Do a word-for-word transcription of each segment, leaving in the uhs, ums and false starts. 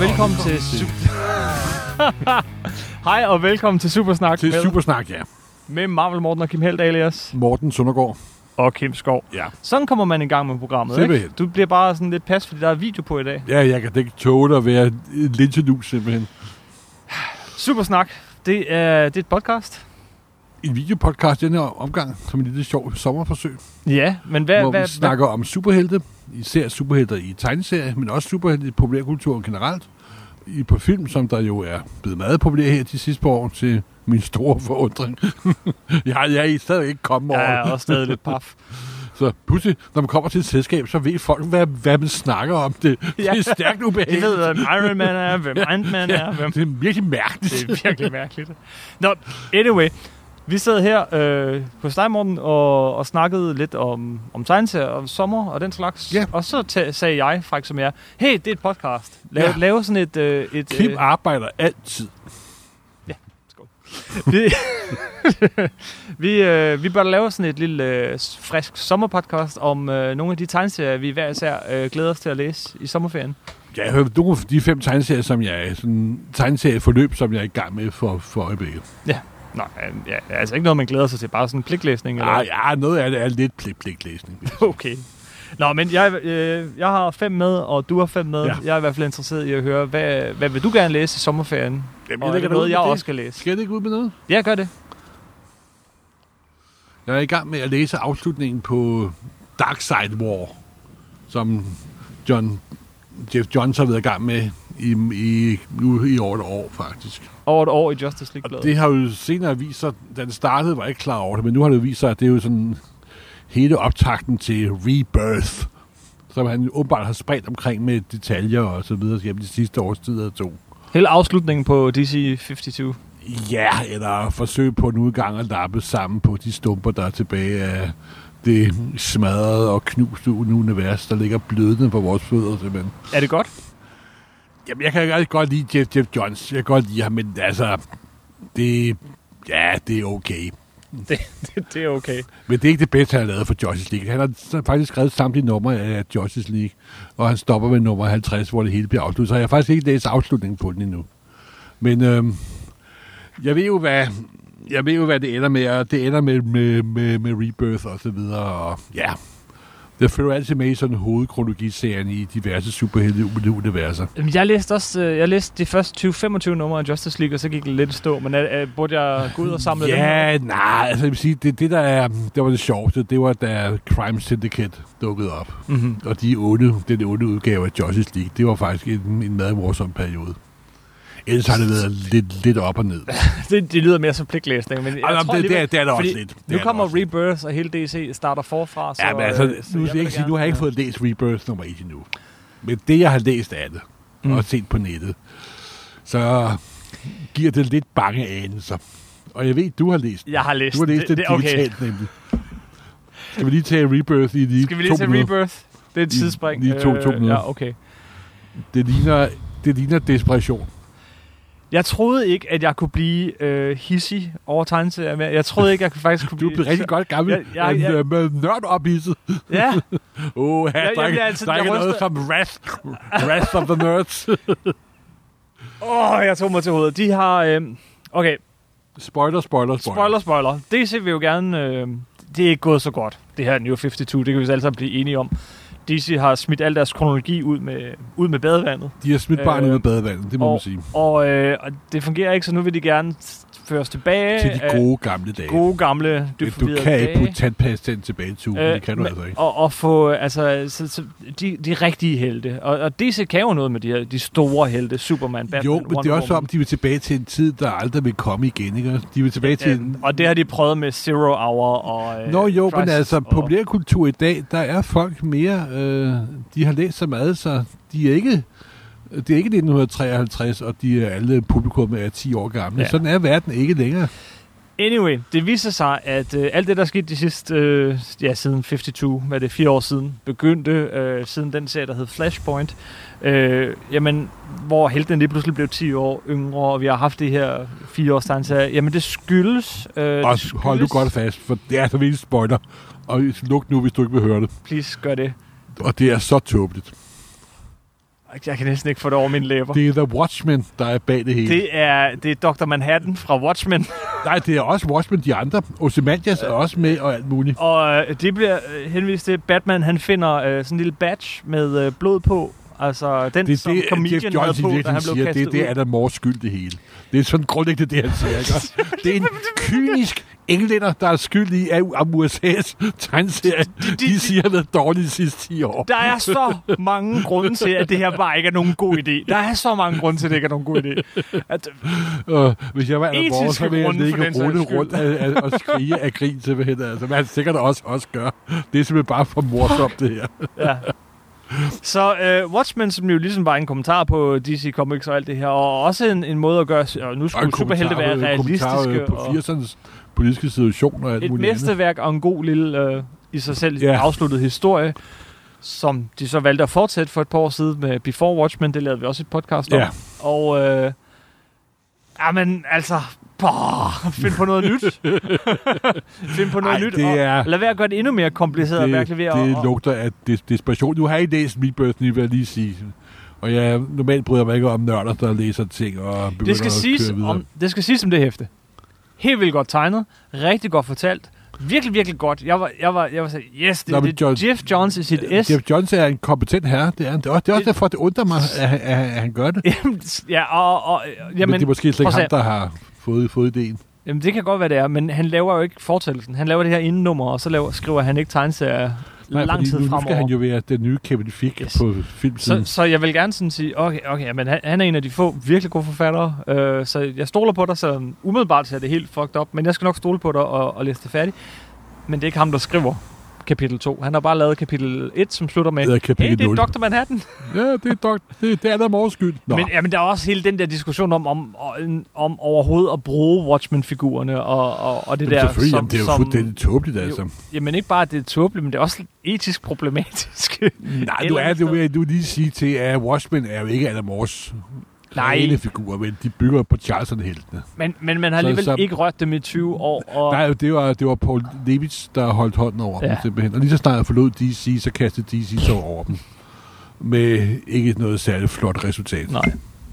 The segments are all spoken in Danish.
velkommen til... Su- Hej og velkommen til Supersnak. Til med, Supersnak, ja. Med Marvel Morten og Kim Helt alias. Morten Søndergaard. Og Kim Skov. Ja. Sådan kommer man i gang med programmet, simpelthen. Ikke? Du bliver bare sådan lidt pas, fordi der er video på i dag. Ja, jeg kan ikke tåle at være lidt til nu, simpelthen. Supersnak, det er, det er et podcast. En videopodcast den her omgang, som en lille sjov sommerforsøg. Ja, men hvad... Hvor hvad, vi snakker hvad? om superhelte, især superhelter i tegneserier, men også superhelte i populærkulturen generelt. I på film, som der jo er blevet meget populær her de sidste par år, til min store forundring. jeg, har, jeg er stadig ikke kommet over. Jeg er også stadig lidt paf. Så pludselig, når man kommer til et selskab, så ved folk, hvad, hvad man snakker om. Det, ja. det er stærkt ubehageligt. De ved, hvem Iron Man er, hvem ja. Ant-Man ja. er. Hvem... Det er virkelig mærkeligt. Det er virkelig mærkeligt. Nå, anyway. Vi sad her øh, på Steinmorten og, og snakkede lidt om, om tegneserier og sommer og den slags. Ja. Og så t- sagde jeg faktisk som jeg, hey, det er et podcast. Lav, ja. Lave sådan et... Øh, et Kim øh, arbejder altid. Ja, skål. vi, vi, øh, vi bør lave sådan et lille øh, frisk sommerpodcast om øh, nogle af de tegneserier, vi hver især øh, glæder os til at læse i sommerferien. Ja, jeg hører nogle af de fem tegneserier, som jeg er sådan tegneserieforløb, som jeg er i gang med for, for øjeblikket. Ja. Nej, ja, altså ikke noget, man glæder sig til. Bare sådan en pligtlæsning? Eller? Ah, ja, noget af det er lidt pligt, pligtlæsning. Okay. Nå, men jeg, øh, jeg har fem med, og du har fem med. Ja. Jeg er i hvert fald interesseret i at høre, hvad, hvad vil du gerne læse i sommerferien? Jamen, og er det noget, jeg det? også skal læse? Skal jeg ikke ud med noget? Ja, gør det. Jeg er i gang med at læse afslutningen på Dark Side War, som John, Jeff Johns har været i gang med i, i, nu i over et år, faktisk. Over et år i Justice League-bladet. Det har jo senere vist sig, da det startede, var jeg ikke klar over det, men nu har det jo vist sig, at det er jo sådan hele optakten til Rebirth, som han åbenbart har spredt omkring med detaljer og så videre gennem de sidste års tid eller to. Hele afslutningen på D C femoghalvtreds. Ja, eller forsøg på en udgang at lappe sammen på de stumper, der er tilbage af det smadrede og knuste univers, der ligger blødende på vores fødder, simpelthen. Er det godt? Jamen, jeg kan rigtig godt lide Jeff, Jeff Johns. Jeg kan godt lide ham, men altså, det, ja, det er okay. Det, det, det er okay. Men det er ikke det bedste, han har lavet for Justice League. Han har faktisk skrevet samtlige numre af Justice League, og han stopper med nummer halvtreds, hvor det hele bliver afsluttet. Så jeg har faktisk ikke læst afslutningen på den endnu. Men øhm, jeg ved jo, hvad... Jeg ved jo, hvad det ender med, og det ender med, med, med, med Rebirth og så videre, og ja, det følger altid med i sådan en hovedkronologiserien i diverse superhelte-universer. Jeg læste også, jeg læste de første tyve til femogtyve numre af Justice League, og så gik det lidt i stå, men er, burde jeg gå ud og samle dem? Ja, nej, altså jeg vil sige, det, det der er, det var det sjoveste, det var da Crime Syndicate dukkede op, mm-hmm. og de otte, den otte udgave af Justice League, det var faktisk en, en meget morsom periode. Ellers har det været lidt, lidt op og ned. det, det lyder mere som pligtlæsning, men jeg Ej, tror det, alligevel, det, er, det er det også lidt. Det nu kommer Rebirth, og hele D C starter forfra. Så, ja, men altså, så nu, jeg jeg ikke sige, nu har jeg ikke fået læst Rebirth nummer et endnu. Men det, jeg har læst af det, mm. og set på nettet, så giver det lidt bange anelser. Og jeg ved, du har læst Jeg har læst Du har læst det, det digitalt, okay. nemlig. Skal vi lige tage Rebirth i de Skal vi lige tage minutter? Rebirth? Det er et tidsspring. Lige to, to minutter. Ja, okay. Det ligner, det ligner desperation. Jeg troede ikke, at jeg kunne blive øh, hissig over tegneserier mere. Jeg troede ikke, jeg kunne faktisk kunne blive... Du er rigtig godt gammel. Jeg, jeg, jeg, en uh, nørd ophidset. Ja. Åh, her, der, der, altså, der er ikke noget som rest, rest of the nerds. Åh, oh, jeg tog mig til hovedet. De har... Øh, okay. Spoiler, spoiler, spoiler. Spoiler, spoiler. D C vil jo gerne... Øh, det er ikke gået så godt, det her New femoghalvtreds. Det kan vi alle sammen blive enige om. D C har smidt al deres kronologi ud med, ud med badevandet. De har smidt barnet øh, ud med badevandet, det må og, man sige. Og, øh, og det fungerer ikke, så nu vil de gerne føres tilbage. Til de gode gamle dage. Gode gamle, du kan ikke putte tandpasta tilbage til ugen, øh, det kan du altså ikke. Og, og få, altså, så, så, de, de rigtige helte. Og, og D C kan jo noget med de her, de store helte, Superman, Batman, Jo, men Wonder det er også Woman. om, de vil tilbage til en tid, der aldrig vil komme igen, ikke? De vil tilbage ja, til en... Og det har de prøvet med Zero Hour og... Nå jo, men altså, og... populærkultur i dag, der er folk mere... Øh, de har læst så meget, så de er ikke... Det er ikke nitten treoghalvtreds, og de er alle publikum er ti år gamle. Ja. Sådan er verden ikke længere. Anyway, det viser sig, at øh, alt det, der skete de sidste, øh, ja, siden femoghalvtreds, hvad er det, fire år siden, begyndte, øh, siden den serie, der hed Flashpoint, øh, jamen, hvor helten lige pludselig blev ti år yngre, og vi har haft det her fire års tegneserie, jamen det skyldes... Øh, og det skyldes, hold du godt fast, for det er så virkelig spoiler. Og luk nu, hvis du ikke vil høre det. Please, gør det. Og det er så tåbeligt. Jeg kan næsten ikke få det over mine læber. Det er The Watchmen, der er bag det hele. Det er, det er doktor Manhattan fra Watchmen. Nej, det er også Watchmen, de andre. Ozymandias er også med og alt muligt. Og øh, det bliver øh, henvist til, Batman han finder øh, sådan en lille badge med øh, blod på. Altså den, det, som det, comedian havde på, da han blev siger, kastet det, det er Alan Moores skyld, det hele. Det er sådan grundlæggende det, han siger. Ikke? Det er en kynisk englænder, der er skyld i, at U S A's tegneserie, de, de, de siger noget dårligt de sidste ti år. Der er så mange grunde til, at det her bare ikke er nogen god idé. Der er så mange grunde til, at det ikke er nogen god idé. At, uh, hvis jeg var Alan Moore, så ville jeg ligge og rulle rundt af, af, og skrige af grin simpelthen. Altså, hvad han sikkert også, også gør. Det er simpelthen bare for morsomt, det her. Ja. Så uh, Watchmen, som jo ligesom var en kommentar på D C Comics og alt det her, og også en, en måde at gøre, og nu skulle superhelte være realistiske. På firsernes politiske situation og alt et muligt andet. Et mesterværk og en god lille, uh, i sig selv yeah. afsluttet historie, som de så valgte at fortsætte for et par år siden med Before Watchmen. Det lavede vi også et podcast om. Yeah. Og, uh, jamen altså... Boah, find på noget nyt. find på noget Ej, nyt. Det er, og lad være at gøre det endnu mere kompliceret. Det, virkelig ved at, det og, lugter af des, desperation. Du har ikke læst Rebirth, vil jeg lige sige. Og jeg normalt bryder mig ikke om nørder, der læser ting og begynder det skal at siges køre videre. Om, det skal siges som det hæfte. Helt vildt godt tegnet. Rigtig godt fortalt. Virkelig, virkelig godt. Jeg var, jeg var, jeg var sådan, yes, det, Nå, det John, Jeff Johns i sit S. Jeff Johns er en kompetent herre. Det er, det er også, det er også derfor, det undrer mig, at, at, at han gør det. ja, og, og, jamen, men det er måske slet ikke ham, der har fået, fået ideen. Jamen, det kan godt være, det er, men han laver jo ikke fortællelsen. Han laver det her indnummer, og så laver, skriver han ikke tegneserier lang tid nu, fremover. Nu skal han jo være den nye Kevin Feige yes. på filmsiden. Så, så jeg vil gerne sådan sige, okay, okay, men han, han er en af de få virkelig gode forfattere, øh, så jeg stoler på dig, så umiddelbart ser det helt fucked up, men jeg skal nok stole på dig og, og læse det færdigt. Men det er ikke ham, der skriver kapitel to. Han har bare lavet kapitel et, som slutter med, det hey, det er doktor Manhattan. ja, det er, dok- det, det er der Moores skyld. Men, ja, men der er også hele den der diskussion om, om, om, om overhovedet at bruge Watchmen-figurerne og, og, og det jamen, der, som... Jamen, det er jo som, fuldstændig tåbeligt, altså. Jo, jamen ikke bare, at det er tåbeligt, men det er også etisk problematisk. Nej, du er, du vil du lige sige til, at Watchmen er jo ikke Alan Moores rene figurer, men de bygger på Charlton-heltene. Men, men man har alligevel så, ikke rørt dem i tyve år. Og nej, det var, det var Paul Levitz, der holdt hånden over ja. dem simpelthen. Og lige så snart jeg forlod D C, så kastede D C så over dem. Med ikke noget særligt flot resultat. Nej.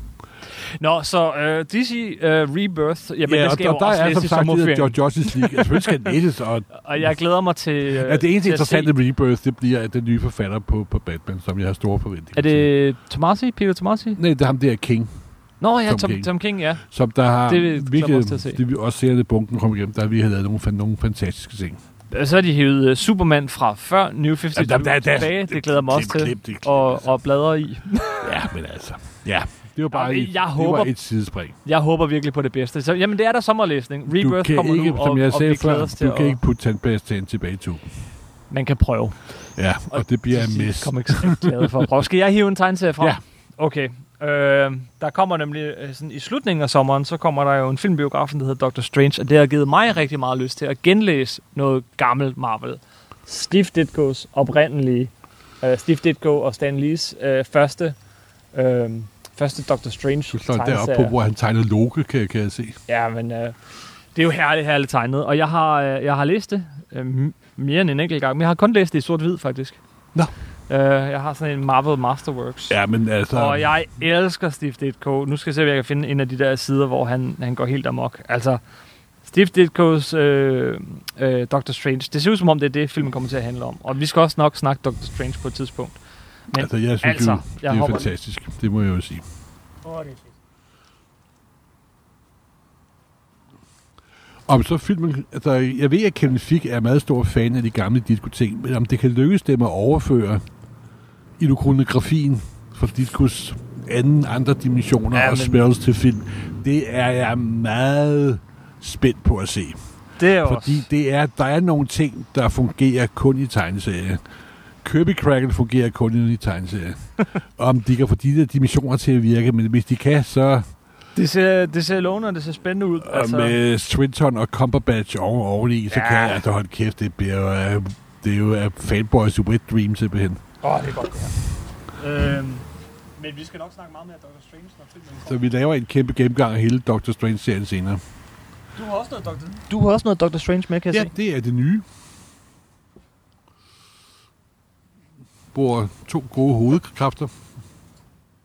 Nå, så uh, D C uh, Rebirth, jamen ja, det skal og, og og jo også læse i sommerferien. Der er Justice League. Selvfølgelig skal den læses. Og, og jeg glæder mig til uh, ja, det eneste interessante Rebirth, det bliver den nye forfatter på, på Batman, som jeg har store forventninger til. Er det Tomasi? Peter Tomasi? Nej, det er ham der King. Nå ja, Tom, Tom, King. Tom King, ja. Som der har det virkelig, det vi også ser det bunken komme igennem, der vi har lavet nogle, nogle fantastiske ting. Så har de hævet uh, Superman fra før New femoghalvtreds ja, der, der, der, tilbage. Det glæder mig også til. Klip, klip, og, altså. og bladre i. ja, men altså. Ja, det var bare ja, et, jeg det håber, var et sidespring. Jeg håber virkelig på det bedste. Så, jamen, det er der sommerlæsning. Rebirth kommer ikke, nu, som og, jeg sagde og før, til du kan at, ikke putte tandpastaen tilbage i tuben. Man kan prøve. Ja, og, og det bliver en mess. Jeg kommer ekstremt glad for at prøve. Skal jeg hive en tegneserie frem? Ja. Okay. Øh, der kommer nemlig øh, sådan, i slutningen af sommeren, så kommer der jo en filmbiografen, der hedder Doctor Strange, og det har givet mig rigtig meget lyst til at genlæse noget gammelt Marvel. Steve Ditko's oprindelige, øh, Steve Ditko og Stan Lees øh, første, øh, første Doctor Strange tegneserie. Du slår deroppe på, hvor han tegner Loke, kan, kan jeg se. Ja, men øh, det er jo herligt, herligt tegnet, og jeg har, øh, jeg har læst det øh, mere end en enkelt gang, men jeg har kun læst det i sort-hvid, faktisk. Nå. Uh, jeg har sådan en Marvel Masterworks. Ja, men altså... Og jeg elsker Steve Ditko. Nu skal jeg se, om jeg kan finde en af de der sider, hvor han, han går helt amok. Altså, Steve Ditko's øh, øh, Doctor Strange. Det ser ud som om, det er det, filmen kommer til at handle om. Og vi skal også nok snakke Doctor Strange på et tidspunkt. Men altså, jeg synes altså, jo, det er hopper. fantastisk. Det må jeg jo sige. Åh, oh, det er fedt. Om så filmen, altså, jeg ved, at Kevin Feige er meget stor fan af de gamle diskoting, men om det kan lykkes dem at overføre ikonografien fra Diskos anden, andre dimensioner ja, og spells til film, det er jeg meget spændt på at se. Det er Fordi også. det er, der er nogle ting, der fungerer kun i tegneserier. Kirby Crackle fungerer kun i tegneserier. Om de kan få de der dimensioner til at virke, men hvis de kan, så... Det ser, det ser lovende, og det ser spændende ud. Og altså. Med Swinton og Cumberbatch oven, oveni, så ja. kan jeg altså holde kæft. Det, bliver jo, det er jo uh, fanboys wet dream simpelthen. Åh, oh, det er godt det her. øhm, men vi skal nok snakke meget mere om Doctor Strange, når filmen kommer. Så vi laver en kæmpe gennemgang af hele Doctor Strange-serien senere. Du har også noget Doctor Du har også noget Doctor Strange med, kan jeg ja, se. Ja, det er det nye. Hvor to gode hovedkræfter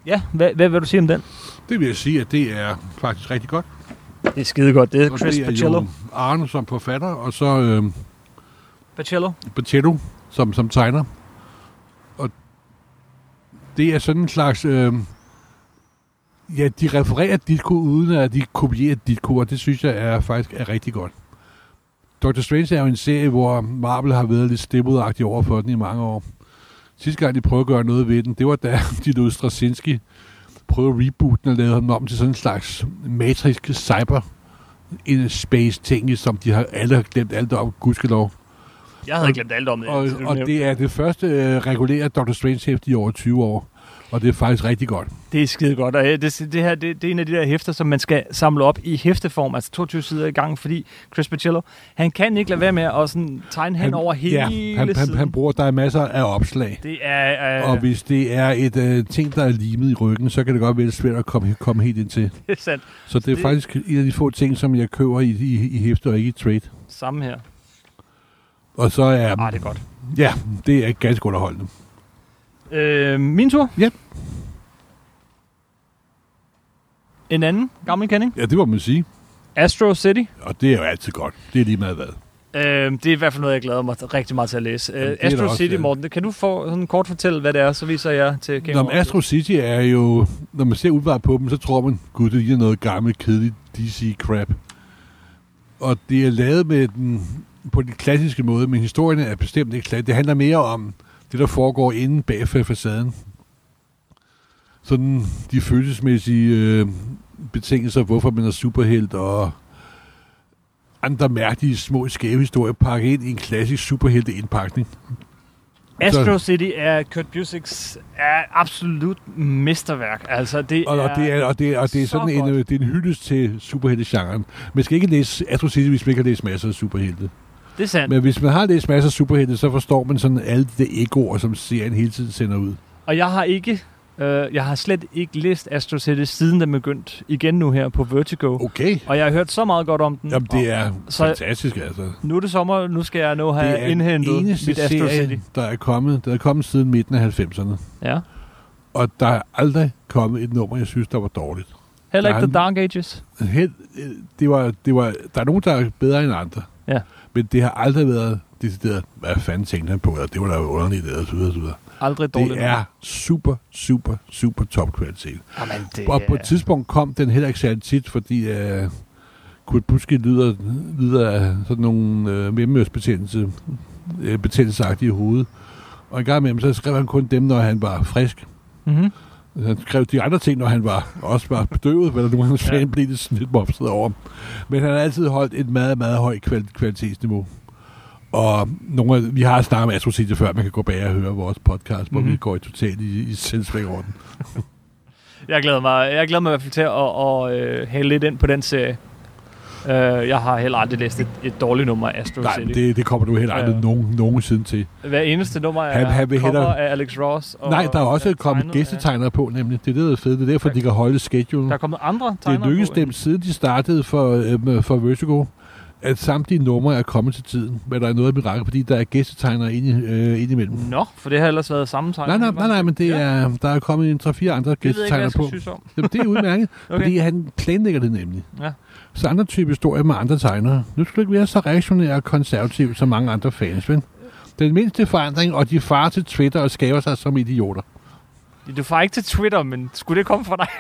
Ja, hvad, hvad vil du sige om den? Det vil jeg sige, at det er faktisk rigtig godt. Det er skide godt. Det er Og Chris det er Pacello. jo Arne som forfatter, og så øh, Pacello. Pacello som, som tegner. Og det er sådan en slags... Øh, ja, de refererer Ditko, uden at de kopierer Ditko, og det synes jeg er faktisk er rigtig godt. Doctor Strange er jo en serie, hvor Marvel har været lidt stemmudagtig over for den i mange år. Sidste gang de prøvede at gøre noget ved den, det var da de lod Straczynski prøve at reboote den og lave den om til sådan en slags matrisk cyber space ting, som de har alle har glemt alt om, gudskelov. Jeg havde glemt alt om det. Og, og det er det første uh, regulære Doctor Strange-hæft i over tyve år. Og det er faktisk rigtig godt. Det er skide godt, og det, det her det, det er en af de der hæfter, som man skal samle op i hæfteform, altså toogtyve sider i gang, fordi Chris Pacello, han kan ikke lade være med at sådan tegne hen over hele ja, han, han, han bruger, der er masser af opslag. Det er... Øh, og hvis det er et øh, ting, der er limet i ryggen, så kan det godt være svært at komme, komme helt ind til. Det er sandt. Så det er det, faktisk en af de få ting, som jeg køber i, i, i hæfter og ikke i trade. Samme her. Og så er... Ah, det er godt. Ja, det er ganske underholdende. Øh, min tur? Ja. En anden gammel kending? Ja, det må man sige. Astro City. Og det er jo altid godt. Det er lige meget hvad. Øh, det er i hvert fald noget, jeg glæder mig rigtig meget til at læse. Øh, Astro også, City, ja. Morten, kan du få sådan kort fortælle, hvad det er, så viser jeg til Game Nå, Astro City er jo... Når man ser udvaret på dem, så tror man, gud, det er noget gammelt, kedeligt D C-crap. Og det er lavet med den, på den klassiske måde, men historien er bestemt ikke klar. Det handler mere om det, der foregår inde bag for facaden. Sådan de følelsesmæssige øh, betingelser, hvorfor man er superhelt, og andre mærkelige, små, skæve historier pakket ind i en klassisk superhelte-indpakning. Astro så, City er Kurt Busieks er absolut mesterværk. Altså, det og, er og det er, og det er, og det er sådan en, det er en hyldest til superhelte-genren. Man skal ikke læse Astro City, hvis man ikke har læst masser af superhelte. Det er sandt. Men hvis man har læst masser af superhelte, så forstår man sådan alle de egoer, som serien hele tiden sender ud. Og jeg har ikke... Uh, jeg har slet ikke læst Astro City, siden den begyndte igen nu her på Vertigo. Okay. Og jeg har hørt så meget godt om den. Jamen, det er så fantastisk, altså. Nu er det sommer, nu skal jeg nu have indhentet mit Astro City. Der er kommet, der er kommet siden midten af halvfemserne. Ja. Og der er aldrig kommet et nummer, jeg synes, der var dårligt. Heller ikke The Dark Ages? Helt, det var, det var, der er nogen, der er bedre end andre. Ja. Men det har aldrig været decideret, hvad fanden tænkte han på? Det var da underligt, og så videre, så videre. Aldrig dårligt. Det er super, super, super top kvalitet. Jamen, det og på et tidspunkt kom den heller ikke særlig tit, fordi uh, Kurt Busiek lyder, lyder af sådan nogle uh, mellemørsbetændelse, uh, betændelsesagtige i hovedet. Og en gang imellem, så skrev han kun dem, når han var frisk. Mm-hmm. Han skrev de andre ting, når han var også var bedøvet, hvad der nu hans fan blev det sådan lidt mopset over. Men han har altid holdt et meget, meget højt kvalitetsniveau. Og nogle af, vi har snakket om Astro City før, man kan gå bag og høre vores podcast, mm-hmm. hvor vi går i totalt i, i selvsvæk over den. jeg glæder mig, jeg glæder mig i hvert fald til at, at, at hælde lidt ind på den serie. Uh, jeg har heller aldrig læst et, et dårligt nummer af Astro Nej, City. Det, det kommer du heller aldrig uh, nogen, nogensinde til. Hver eneste nummer er han, han cover heller... af Alex Ross. Og Nej, der er også kommet gæstetegnere på, nemlig. Det er det, der er fedt. Det er derfor, der, de kan holde schedule. Der er kommet andre tegnere på. Det lykkedes dem, siden de startede for, øh, for Vertigo, at samtlige numre er kommet til tiden, men der er noget af mirakel, fordi der er gæstetegnere ind, øh, ind imellem. Nå, for det har ellers været samme tegner. Nej, nej, nej, nej, men det er, ja. der er kommet en tre-fire andre gæstetegnere på. Det, det er udmærket, okay. Fordi han planlægger det nemlig. Ja. Så andre typer historier med andre tegnere. Nu skal du ikke være så reaktionær og konservativ som mange andre fans, vel? Den mindste forandring, og de farer til Twitter og skaber sig som idioter. Du farer ikke til Twitter, men skulle det komme fra dig?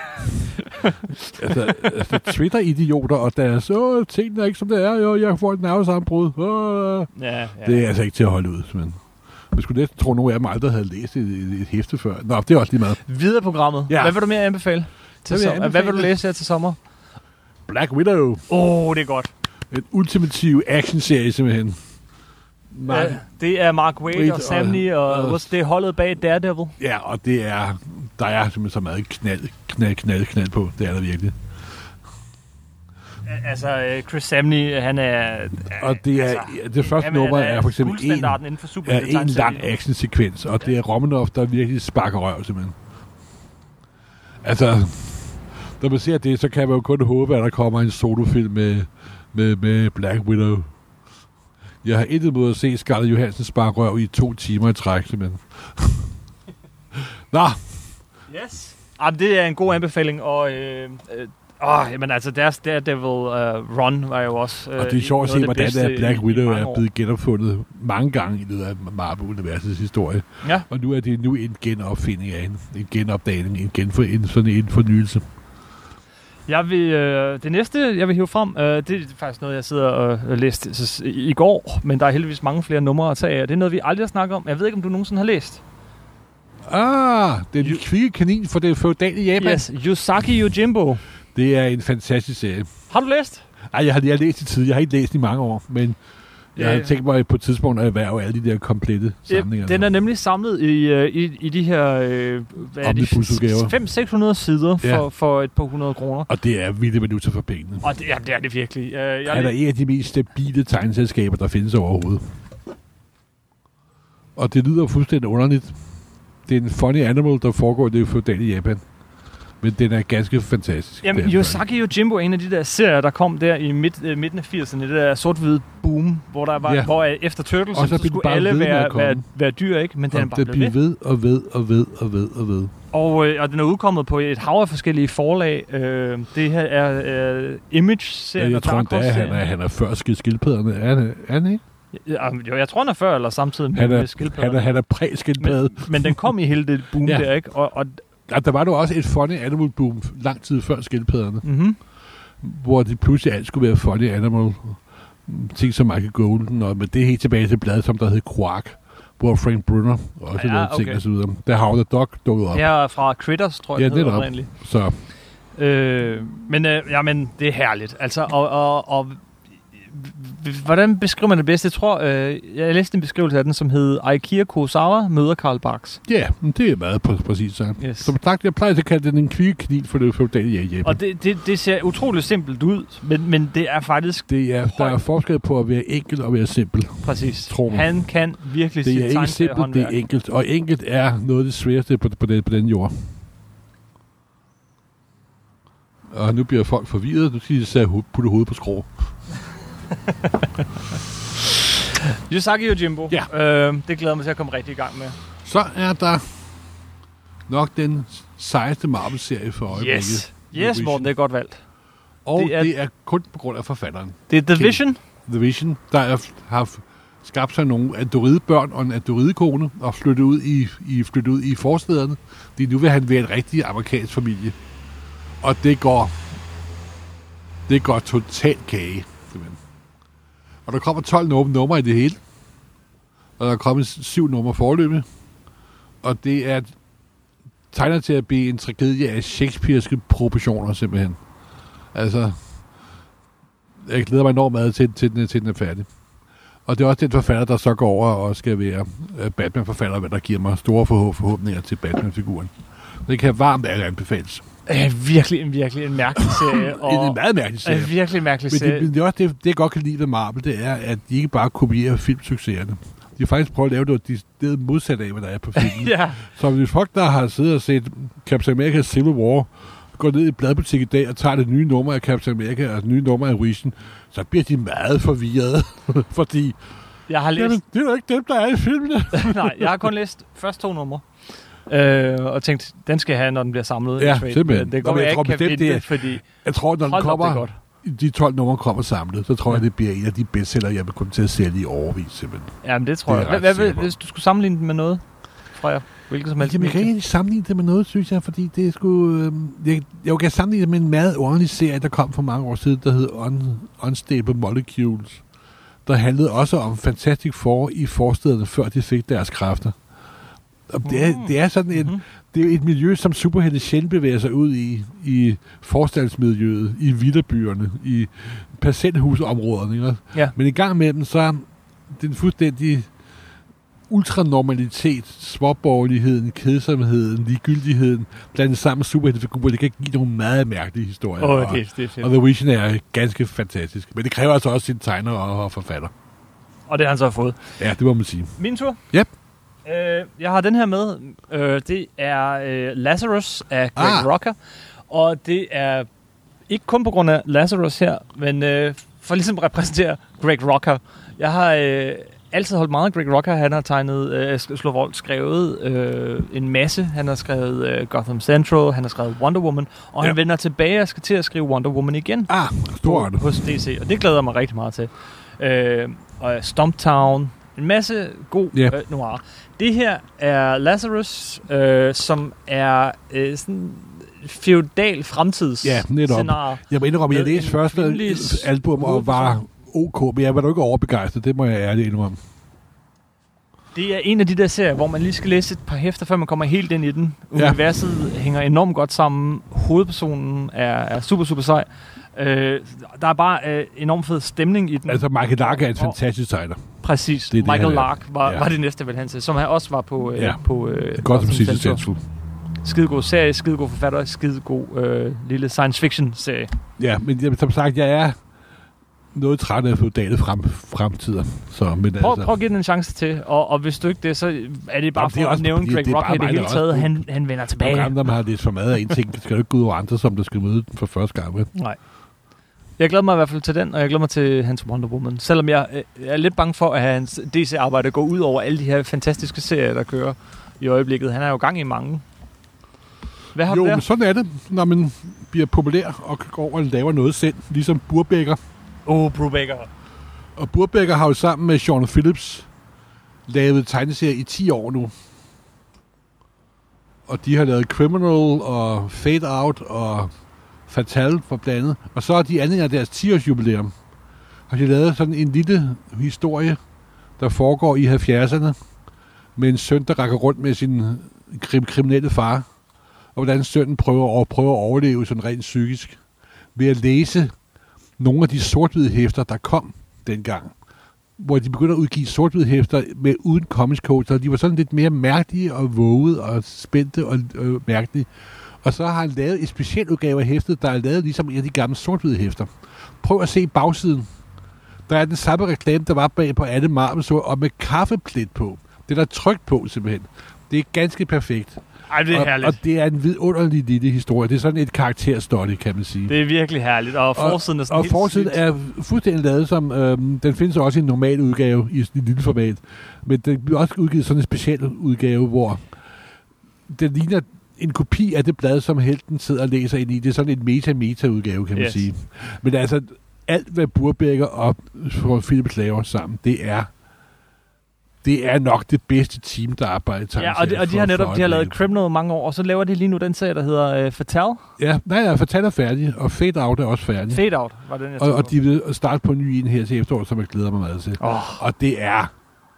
altså, altså Twitter-idioter og deres, åh, tingene er ikke som det er, jo, jeg får et nervesammenbrud. Ja, ja. Det er altså ikke til at holde ud, men jeg skulle næsten tro, at nogle af dem aldrig havde læst et, et, et hæfte før. Nå, det er også lige meget. Videre programmet. Ja. Hvad vil du mere anbefale? Til hvad, vil anbefale? Hvad vil du læse her til sommer? Black Widow. Åh, oh, det er godt. En ultimativ actionserie, simpelthen. Mark, ja, det er Mark Waid, Waid og Samney, og, og, og det er holdet bag Daredevil. Ja, og det er, der er simpelthen så meget knald, knald, knald, knald på. Det er der virkelig. Altså, Chris Samney, han er... Og det er, altså, det første nummer er, er for eksempel en, inden for er en lang actionsekvens, og ja. Det er Romanoff, der virkelig sparker røv, simpelthen. Altså, når man ser det, så kan man jo kun håbe, at der kommer en solofilm med, med, med Black Widow. Jeg har intet mod at se Scarlett Johansson sparke røv i to timer i træk, simpelthen. Nå. Yes. Ah, det er en god anbefaling, og... Øh, øh, Åh, oh, men altså, deres Daredevil uh, run var jo også... Uh, og det er sjovt at se, hvordan der Black Widow er blevet år. genopfundet mange gange i løbet af Marvel-universets historie. Ja. Og nu er det nu en genopfinding af en, en genopdagning, en, genfor, en sådan en fornyelse. Jeg vil, øh, det næste, jeg vil hive frem, øh, det er faktisk noget, jeg sidder og læste i, i går, men der er heldigvis mange flere numre at tage af. Det er noget, vi aldrig har snakket om. Jeg ved ikke, om du nogensinde har læst. Ah, den Yu- kvikke kanin for det feudale Japan. Yes, Yusaki Yojimbo. Det er en fantastisk serie. Har du læst? Ej, jeg har, jeg har læst i tid. Jeg har ikke læst i mange år, men jeg har tænkt mig på et tidspunkt at erhverve alle de der komplette samlinger. Den er nemlig samlet i, i, i de her øh, omnibusudgaver. fem til seks hundrede sider for, ja. for et par hundrede kroner. Og det er vildt valuta for pengene. Og det, ja, det er det virkelig. Uh, jeg Han er en af de mest stabile tegneselskaber, der findes overhovedet. Og det lyder fuldstændig underligt. Det er en funny animal, der foregår i det feudale Japan. Men den er ganske fantastisk. Jamen, Yosaki Yojimbo er en af de der serier, der kom der i midt, øh, midten af firserne. Det der sort-hvide boom, hvor der var, ja. hvor efter Turtles, så, så skulle alle være, være, være dyr, ikke? Men den og er bare det bliver ved og ved og ved og ved og ved. Og, øh, og den er udkommet på et hav af forskellige forlag. Øh, det her er øh, Image-serien. Ja, jeg tror endda, han er, han er før skildpadderne. Er han, er han ikke? Ja, jo, jeg tror, han er før eller samtidig med, han er, med skildpadderne. Han er, han er præ-skildpadde. Men, men den kom i hele det boom ja. der, ikke? Og, og ja, der var jo også et funny animal boom lang tid før skildpadderne. Mm-hmm. Hvor det pludselig alt skulle være funny animal. Ting som Michael Golden, og men det er helt tilbage til bladet, som der hed Quark, hvor Frank Brunner også ja, lavede okay. ting og så videre. Der Howard the Duck dukkede op. Ja, fra Critters, tror jeg, ja, det er så. Øh, men, øh, ja, men det er herligt. Altså, og, og, og hvordan beskriver man det bedst? Jeg tror, øh, jeg læste en beskrivelse af den, som hed Akira Kurosawa møder Karl Barks. Ja, det er meget præ- præcis så. Yes. Som sagt, jeg plejer at kalde den en kvikkeknin for det feudale Japan. Og det, det, det ser utroligt simpelt ud, men, men det er faktisk det er, der er forskel på at være enkel og være simpel. Præcis. Han kan virkelig det er ikke simpelt, det er enkelt. Og enkelt er noget af det sværeste på, på, den, på den jord. Og nu bliver folk forvirret. Nu skal de sætte putte hovedet på skrå. Yosaki Yojimbo. Ja. Øh, det glæder mig til at komme rigtig i gang med. Så er der nok den sejeste Marvel-serie for øjeblikket. Yes, yes Morten, det er godt valgt. Og det er, det er kun på grund af forfatteren. Det er The Vision. The Vision, der er, har skabt sig nogle androidebørn og en androidekone og flyttet ud i, i, flyttet ud i forstederne. De nu vil han være en rigtig amerikansk familie. Og det går det går totalt kage. Og der kommer tolv numre i det hele. Og der er kommet syv numre forløbet. Og det er tegner til at blive en tragedie af shakespearske proportioner, simpelthen. Altså, jeg glæder mig enormt meget til, til, til, til den er færdig. Og det er også den forfatter, der så går over og skal være Batman-forfatter, hvad der giver mig store forhåbninger til Batman-figuren. Det kan varmt anbefales. Øh, virkelig, en, virkelig en mærkelig serie. Og en, en meget mærkelig serie. En virkelig mærkelig serie. Men det, det, er også det, det, jeg godt kan lide ved Marvel, det er, at de ikke bare kopierer filmsucceserne. De har faktisk prøvet at lave noget, de, det er modsat af, hvad der er på filmen. Ja. Så hvis folk, der har siddet og set Captain America Civil War, går ned i bladbutik i dag og tager det nye nummer af Captain America og det nye nummer af Vision, så bliver de meget forvirrede. Fordi jeg har læst... jamen, det er jo ikke dem, der er i filmene. Nej, jeg har kun læst første to numre. Øh, og tænkt, den skal jeg have, når den bliver samlet. Ja, simpelthen. Det går, jeg, jeg ikke kan vinde det, fordi... Jeg tror, når den kommer, de tolv numre kommer samlet, så tror ja. jeg, det bliver en af de bestseller, jeg vil komme til at sælge i overvis, simpelthen. Jamen, det tror det jeg. Hvad, hvad, hvis du skulle sammenligne den med noget, fra jer? Hvilket som helst? Jamen, jeg kan ikke sammenligne det med noget, synes jeg, fordi det er sgu... Øh, jeg, jeg kan sammenligne det med en meget ordentlig serie, der kom for mange år siden, der hed Un, Unstable Molecules, der handlede også om Fantastic Four i forstederne, før de fik deres kræfter. Og det, er, det er sådan et, mm-hmm. det er et miljø, som superhelte sjældent bevæger sig ud i, i forstadsmiljøet, i villabyerne, i parcelhusområderne. Ikke? Ja. Men i gang med dem, så er den fuldstændig ultranormalitet, småborgerligheden, kedsomheden, ligegyldigheden, blandt sammen superheltefigurer, det kan give nogle meget mærkelige historier. Oh, og, det, det og The Vision er ganske fantastisk. Men det kræver altså også sine tegner og, og forfatter. Og det har han så fået. Ja, det må man sige. Min tur? Yep. Øh, jeg har den her med. Øh, det er øh, Lazarus af Greg ah. Rucka. Og det er ikke kun på grund af Lazarus her, men øh, for ligesom at repræsentere Greg Rucka. Jeg har øh, altid holdt meget af Greg Rucka. Han har tegnet, øh, slået vold, skrevet øh, en masse. Han har skrevet øh, Gotham Central, han har skrevet Wonder Woman, og ja. han vender tilbage og skal til at skrive Wonder Woman igen. Ah, stort. Hos D C, og det glæder jeg mig rigtig meget til. Øh, og Stumptown, en masse god yeah. øh, noir. Det her er Lazarus, øh, som er øh, sådan feudal fremtids ja, netop. scenarie. Jeg må indrømme, jeg læste første album og var ok, men jeg var da ikke overbegejstret. Det må jeg ærligt indrømme. Det er en af de der serier, hvor man lige skal læse et par hæfter, før man kommer helt ind i den. Universet ja. hænger enormt godt sammen. Hovedpersonen er, er super, super sej. Øh, der er bare øh, enormt fed stemning i den. Altså, Michael Lark er en fantastisk tegner. Præcis. Det det, Michael Lark var, ja. var det næste, vel han sagde, som han også var på... Øh, ja. på øh, Gotham Central. Skidegod serie, skidegod forfatter, skidegod øh, lille science fiction serie. Ja, men som sagt, jeg er noget træt af feudale frem, fremtider. Så, men prøv, altså, prøv at give den en chance til, og, og hvis du ikke det, så er det bare jamen, for det at nævne Greg Rucka i det hele taget. Han, han vender tilbage. Nogle gange, der har lidt for meget af en ting, det skal jo ikke gå ud over andre, som der skal møde den for første gang. Med. Nej. Jeg glæder mig i hvert fald til den, og jeg glæder mig til hans Wonder Woman. Selvom jeg øh, er lidt bange for, at hans D C-arbejde går ud over alle de her fantastiske serier, der kører i øjeblikket. Han er jo gang i mange. Hvad har jo, du der? Men sådan er det, når man bliver populær og går over og laver noget selv, ligesom Brubaker. Åh, oh, Brubaker. Og Brubaker har jo sammen med Sean Phillips lavet tegneserier i ti år nu. Og de har lavet Criminal og Fade Out og Fatal for blandet. Og så er de anden af deres ti-års jubilæum. Har de lavet sådan en lille historie, der foregår i halvfjerdserne, med en søn, der rækker rundt med sin krim- kriminelle far. Og hvordan sønnen prøver at, prøver at overleve sådan rent psykisk. Ved at læse nogle af de sort-hvide hæfter, der kom dengang. Hvor de begynder at udgive sort-hvide hæfter med uden comics code. Så de var sådan lidt mere mærkelige og vågede og spændte og øh, mærkelige. Og så har han lavet et specielt udgave af hæftet, der er lavet ligesom en af de gamle sort-hvide hæfter. Prøv at se bagsiden. Der er den samme reklame, der var bag på alle Marvel, og med kaffeplet på. Det er der trykt på simpelthen. Det er ganske perfekt. Ej, det er og, herligt. Og det er en vidunderlig lille historie. Det er sådan et karakterstory, kan man sige. Det er virkelig herligt, og forsiden er sådan og, helt Og forsiden sygt. er fuldstændig lavet som... Øhm, den findes også i en normal udgave, i et lille format. Men den bliver også udgivet sådan en speciel udgave, hvor den ligner en kopi af det blad, som helten sidder og læser ind i. Det er sådan en meta-meta-udgave, kan man yes. sige. Men altså, alt hvad Brubaker og Phillips laver sammen, det er... Det er nok det bedste team, der arbejder. Ja, og de, og de har netop de har lavet Criminal mange år, og så laver de lige nu den serie, der hedder uh, Fatal. Ja, nej, ja, Fatal er færdig, og Fade Out er også færdig. Fade Out var den, jeg og, og de vil starte på en ny en her til efteråret, som jeg glæder mig meget til. Oh. Og det er...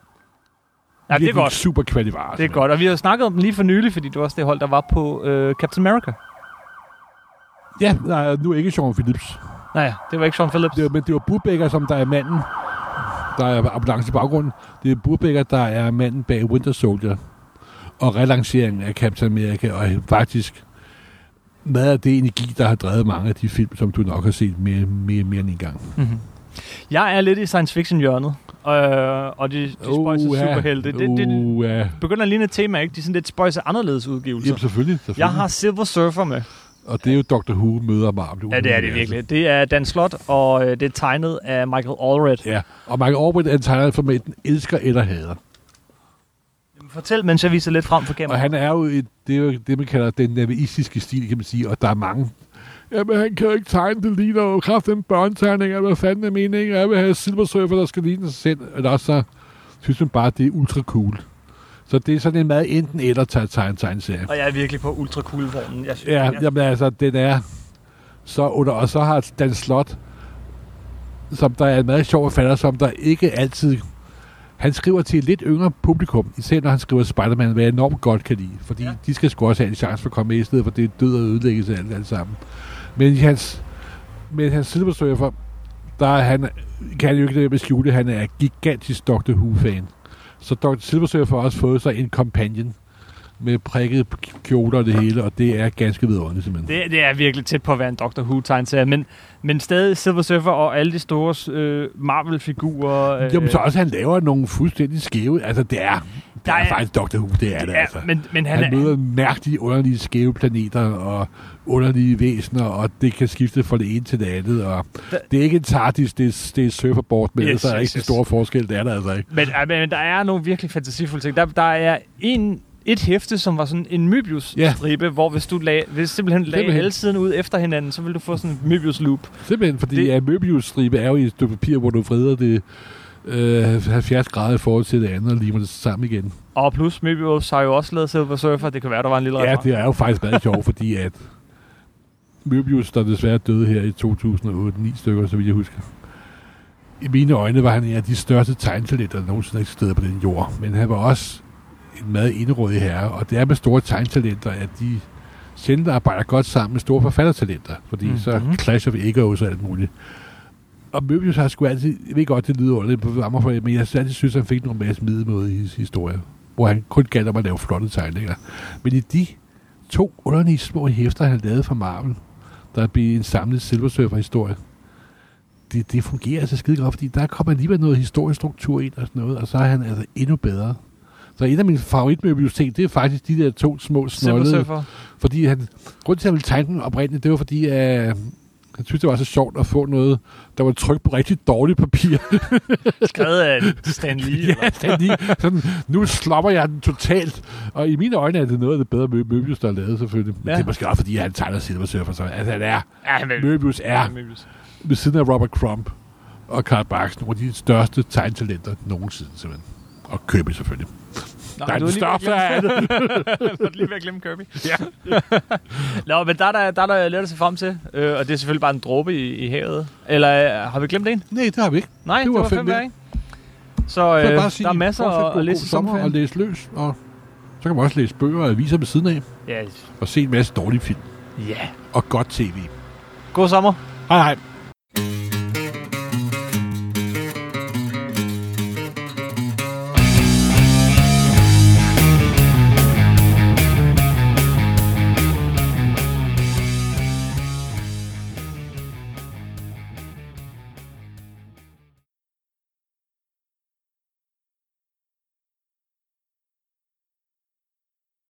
Ja, det er godt. Super kvalitet. Det er godt, og vi har snakket om den lige for nylig, fordi det var også det hold, der var på uh, Captain America. Ja, nej, nu er ikke Sean Phillips. Nej, det var ikke Sean Phillips. Det var, men det var Brubaker, som der er manden, der er ambulance i baggrunden. Det er Brubaker, der er manden bag Winter Soldier og relanceringen af Captain America, og faktisk meget af det energi, der har drevet mange af de film, som du nok har set mere, mere, mere end en gang. Mm-hmm. Jeg er lidt i science fiction hjørnet, øh, og de, de spøjser uh, superhelte. Det, det, det uh, begynder at ligne et tema, ikke? De er sådan lidt spøjser anderledes udgivelser. Jamen selvfølgelig, selvfølgelig. Jeg har Silver Surfer med. Og det er jo Doctor Who møder Marvel. Ja, det er det virkelig. Det er Dan Slott, og det er tegnet af Michael Allred. Ja, og Michael Allred er en tegner, som enten elsker eller hader. Fortæl, mens jeg viser lidt frem for kameraet. Og han er jo, et, det er jo det, man kalder den navaistiske stil, kan man sige, og der er mange. Jamen, han kan jo ikke tegne, det ligner jo kraften børnetegninger, hvad fanden er meningen? Jeg vil have Silver Surfer, der skal ligne sig selv, eller så synes man bare, det er ultra cool. Så det er sådan en meget enten eller til at tegne tegneserie. Og jeg er virkelig på ultra cool vognen. Jeg synes, ja, jeg... jamen altså, den er så under, og så har Dan Slott, som der er en meget sjov forfatter, som der ikke altid... Han skriver til et lidt yngre publikum, især når han skriver Spider-Man, hvad jeg enormt godt kan lide, fordi ja. de skal sgu også have en chance for at komme med i stedet, for det er død og ødelæggelse alt, alt sammen. Men i hans, med hans Silver Surfer, der er han, kan han jo ikke det skjule, han er gigantisk Doctor Who-fan. Så doktor Silver Surfer har også fået sig en companion, med prikket kjoler og det hele, og det er ganske vidunderligt simpelthen. Det, det er virkelig tæt på at være en Doctor Who-tegneserie, men, men stadig Silver Surfer og alle de store øh, Marvel-figurer. Øh, Jo, men så også, han laver nogle fuldstændig skæve, altså det er, det er, er faktisk Doctor Who, det er det, det er, altså. Men, men han, han møder mærkelige, underlige, skæve planeter og underlige væsener, og det kan skifte fra det ene til det andet, og da, det er ikke en TARDIS, det er, det er surferboard, men yes, der er yes, ikke yes. store forskel, det er der altså ikke. Men, men der er nogle virkelig fantasifulde ting. Der, der er en et hæfte, som var sådan en Möbius-stribe, ja. hvor hvis du lag, hvis simpelthen lagde simpelthen. alle siden ud efter hinanden, så vil du få sådan en Möbius-loop. Simpelthen, fordi ja, Möbius-stribe er jo i et stykke papir, hvor du vrider det øh, halvfjerds grader i forhold til det andet, og limer det sammen igen. Og plus, Möbius har jo også lavet Silver Surfer, det kan være, der var en lille Ja, reference. det er jo faktisk meget sjovt, fordi at Möbius, der desværre døde her i to tusind og otte, ni stykker, så vidt jeg husker. I mine øjne var han en af de største tegntalenter, der nogensinde eksisterede på den jord, men han var også en meget indrådig herre, og det er med store tegntalenter, at de sjældent arbejder godt sammen med store forfattertalenter, fordi mm-hmm. så clash of egos og alt muligt. Og Möbius har sgu altid, jeg ved godt, det lyder ordentligt på varmer for, men jeg altid synes, at han fik nogle masse middelmåde i historie, hvor han kun galt om at lave flotte tegninger. Men i de to underlige små hæfter, han lavede for Marvel, der blev en samlet Silver Surfer-historie, det, det fungerer altså skide godt, fordi der kommer alligevel noget historisk struktur ind og sådan noget, og så er han altså endnu bedre. Så en af mine favorit-Möbius-ting, det er faktisk de der to små snollede. Fordi han, grunden til, at han ville tegne den oprindeligt, det var fordi, at han synes, det var så sjovt at få noget, der var trykt på rigtig dårligt papir. Skrevet af Stan Lee. Ja, Stan Lee. Sådan, nu slopper jeg den totalt. Og i mine øjne er det noget af det bedre Möbius, der er lavet selvfølgelig. Men ja. det er måske også, fordi han tegner Silver Surfer. Så altså, han er, ja, men, Möbius er, Möbius. ved siden af Robert Crumb og Carl Barks, nogle af de største tegntalenter nogensinde simpelthen. Og Kirby selvfølgelig. Nå, der er den største af det. Jeg var lige ved at glemme Kirby. Ja. Nå, men der er der, der, er der lidt at se frem til. Øh, og det er selvfølgelig bare en dråbe i, i havet. Eller øh, har vi glemt en? Nej, det har vi ikke. Nej, det, det var, var fem hver, ikke? Så øh, der sige, er masser at, at læse i sommerferien. Og læse løs. Og så kan man også læse bøger og aviser ved siden af. Ja. Og se en masse dårlige film. Ja. Og godt tv. God sommer. Hej hej.